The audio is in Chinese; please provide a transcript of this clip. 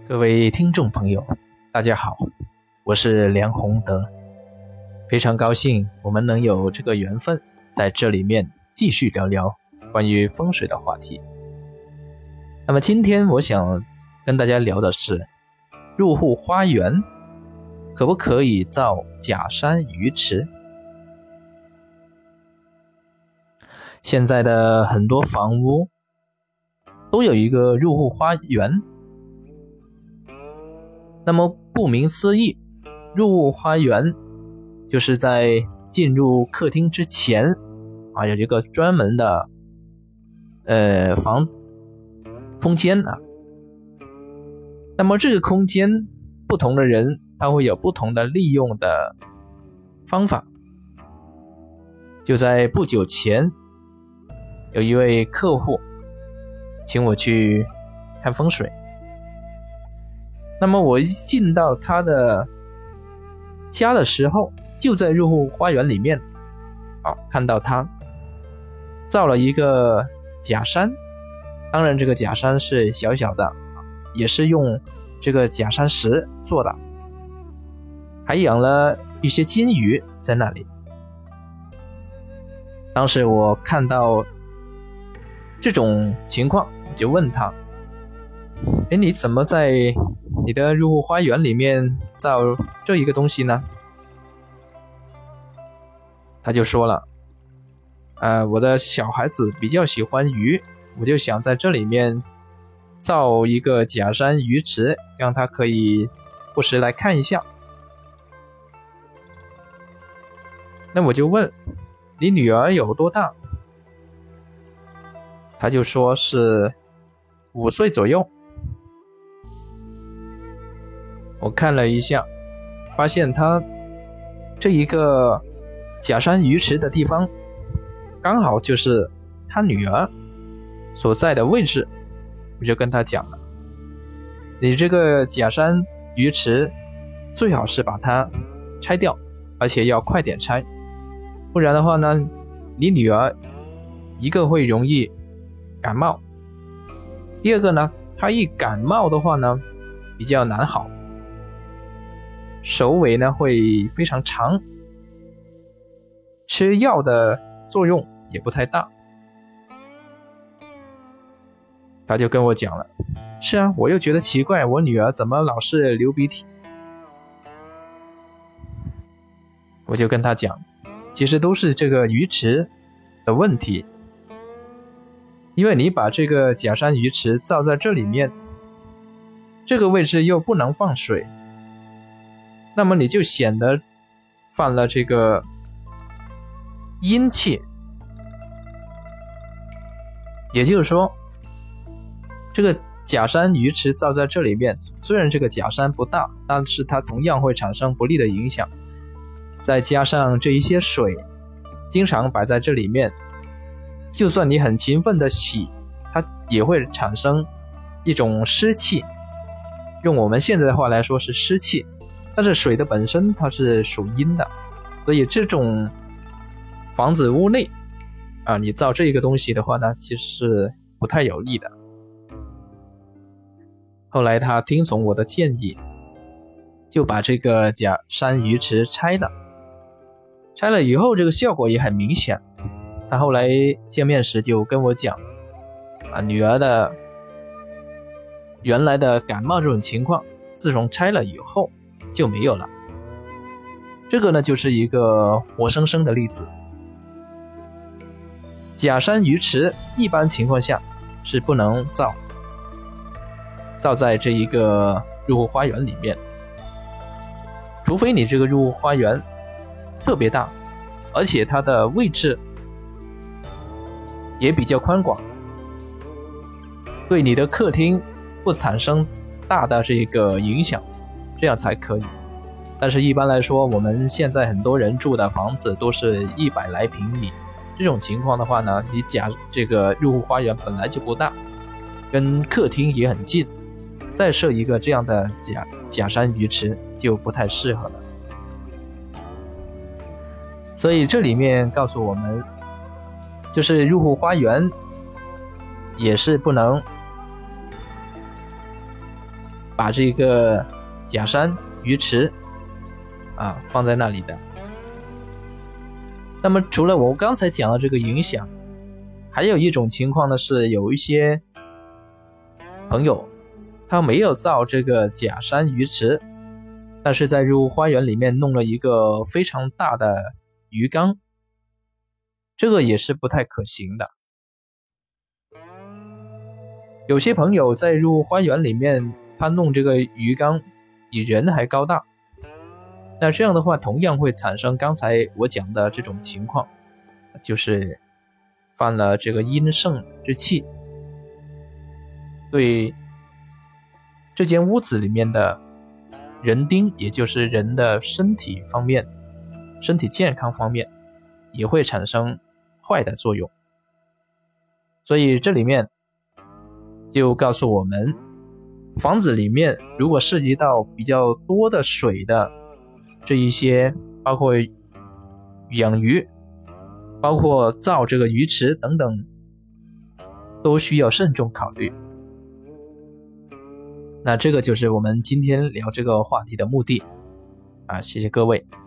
各位听众朋友，大家好，我是梁宏德，非常高兴我们能有这个缘分在这里面继续聊聊关于风水的话题。那么今天我想跟大家聊的是，入户花园可不可以造假山鱼池？现在的很多房屋都有一个入户花园，那么顾名思义，入户花园就是在进入客厅之前有一个专门的房子空间啊。那么这个空间不同的人他会有不同的利用的方法。就在不久前，有一位客户请我去看风水。那么我一进到他的家的时候，就在入户花园里面看到他造了一个假山。当然这个假山是小小的，也是用这个假山石做的，还养了一些金鱼在那里。当时我看到这种情况，就问他，你怎么在你的入户花园里面造这一个东西呢？他就说了，我的小孩子比较喜欢鱼，我就想在这里面造一个假山鱼池，让他可以不时来看一下。那我就问，你女儿有多大？他就说是5岁左右。我看了一下，发现他这一个假山鱼池的地方刚好就是他女儿所在的位置。我就跟他讲了，你这个假山鱼池最好是把它拆掉，而且要快点拆，不然的话呢，你女儿一个会容易感冒，第二个呢，她一感冒的话呢比较难好，手尾呢会非常长，吃药的作用也不太大。他就跟我讲了，是啊，我又觉得奇怪，我女儿怎么老是流鼻涕。我就跟他讲，其实都是这个鱼池的问题，因为你把这个假山鱼池造在这里面，这个位置又不能放水，那么你就显得犯了这个阴气。也就是说，这个假山鱼池造在这里面，虽然这个假山不大，但是它同样会产生不利的影响。再加上这一些水经常摆在这里面，就算你很勤奋的洗，它也会产生一种湿气，用我们现在的话来说是湿气，但是水的本身它是属阴的，所以这种房子屋内你造这个东西的话呢，其实是不太有利的。后来他听从我的建议，就把这个假山鱼池拆了。拆了以后，这个效果也很明显。他后来见面时就跟我讲，女儿的原来的感冒这种情况，自从拆了以后就没有了。这个呢，就是一个活生生的例子。假山鱼池一般情况下是不能造在这一个入户花园里面，除非你这个入户花园特别大，而且它的位置也比较宽广，对你的客厅不产生大的这个影响，这样才可以。但是一般来说，我们现在很多人住的房子都是100来平米，这种情况的话呢，你这个入户花园本来就不大，跟客厅也很近，再设一个这样的假山鱼池就不太适合了。所以这里面告诉我们，就是入户花园也是不能把这个假山、鱼池放在那里的。那么除了我刚才讲的这个影响，还有一种情况呢，是有一些朋友他没有造这个假山鱼池，但是在入屋花园里面弄了一个非常大的鱼缸，这个也是不太可行的。有些朋友在入屋花园里面他弄这个鱼缸比人还高大，那这样的话同样会产生刚才我讲的这种情况，就是犯了这个阴盛之气，对这间屋子里面的人丁，也就是人的身体方面、身体健康方面也会产生坏的作用。所以这里面就告诉我们，房子里面如果涉及到比较多的水的这一些，包括养鱼，包括造这个鱼池等等，都需要慎重考虑。那这个就是我们今天聊这个话题的目的谢谢各位。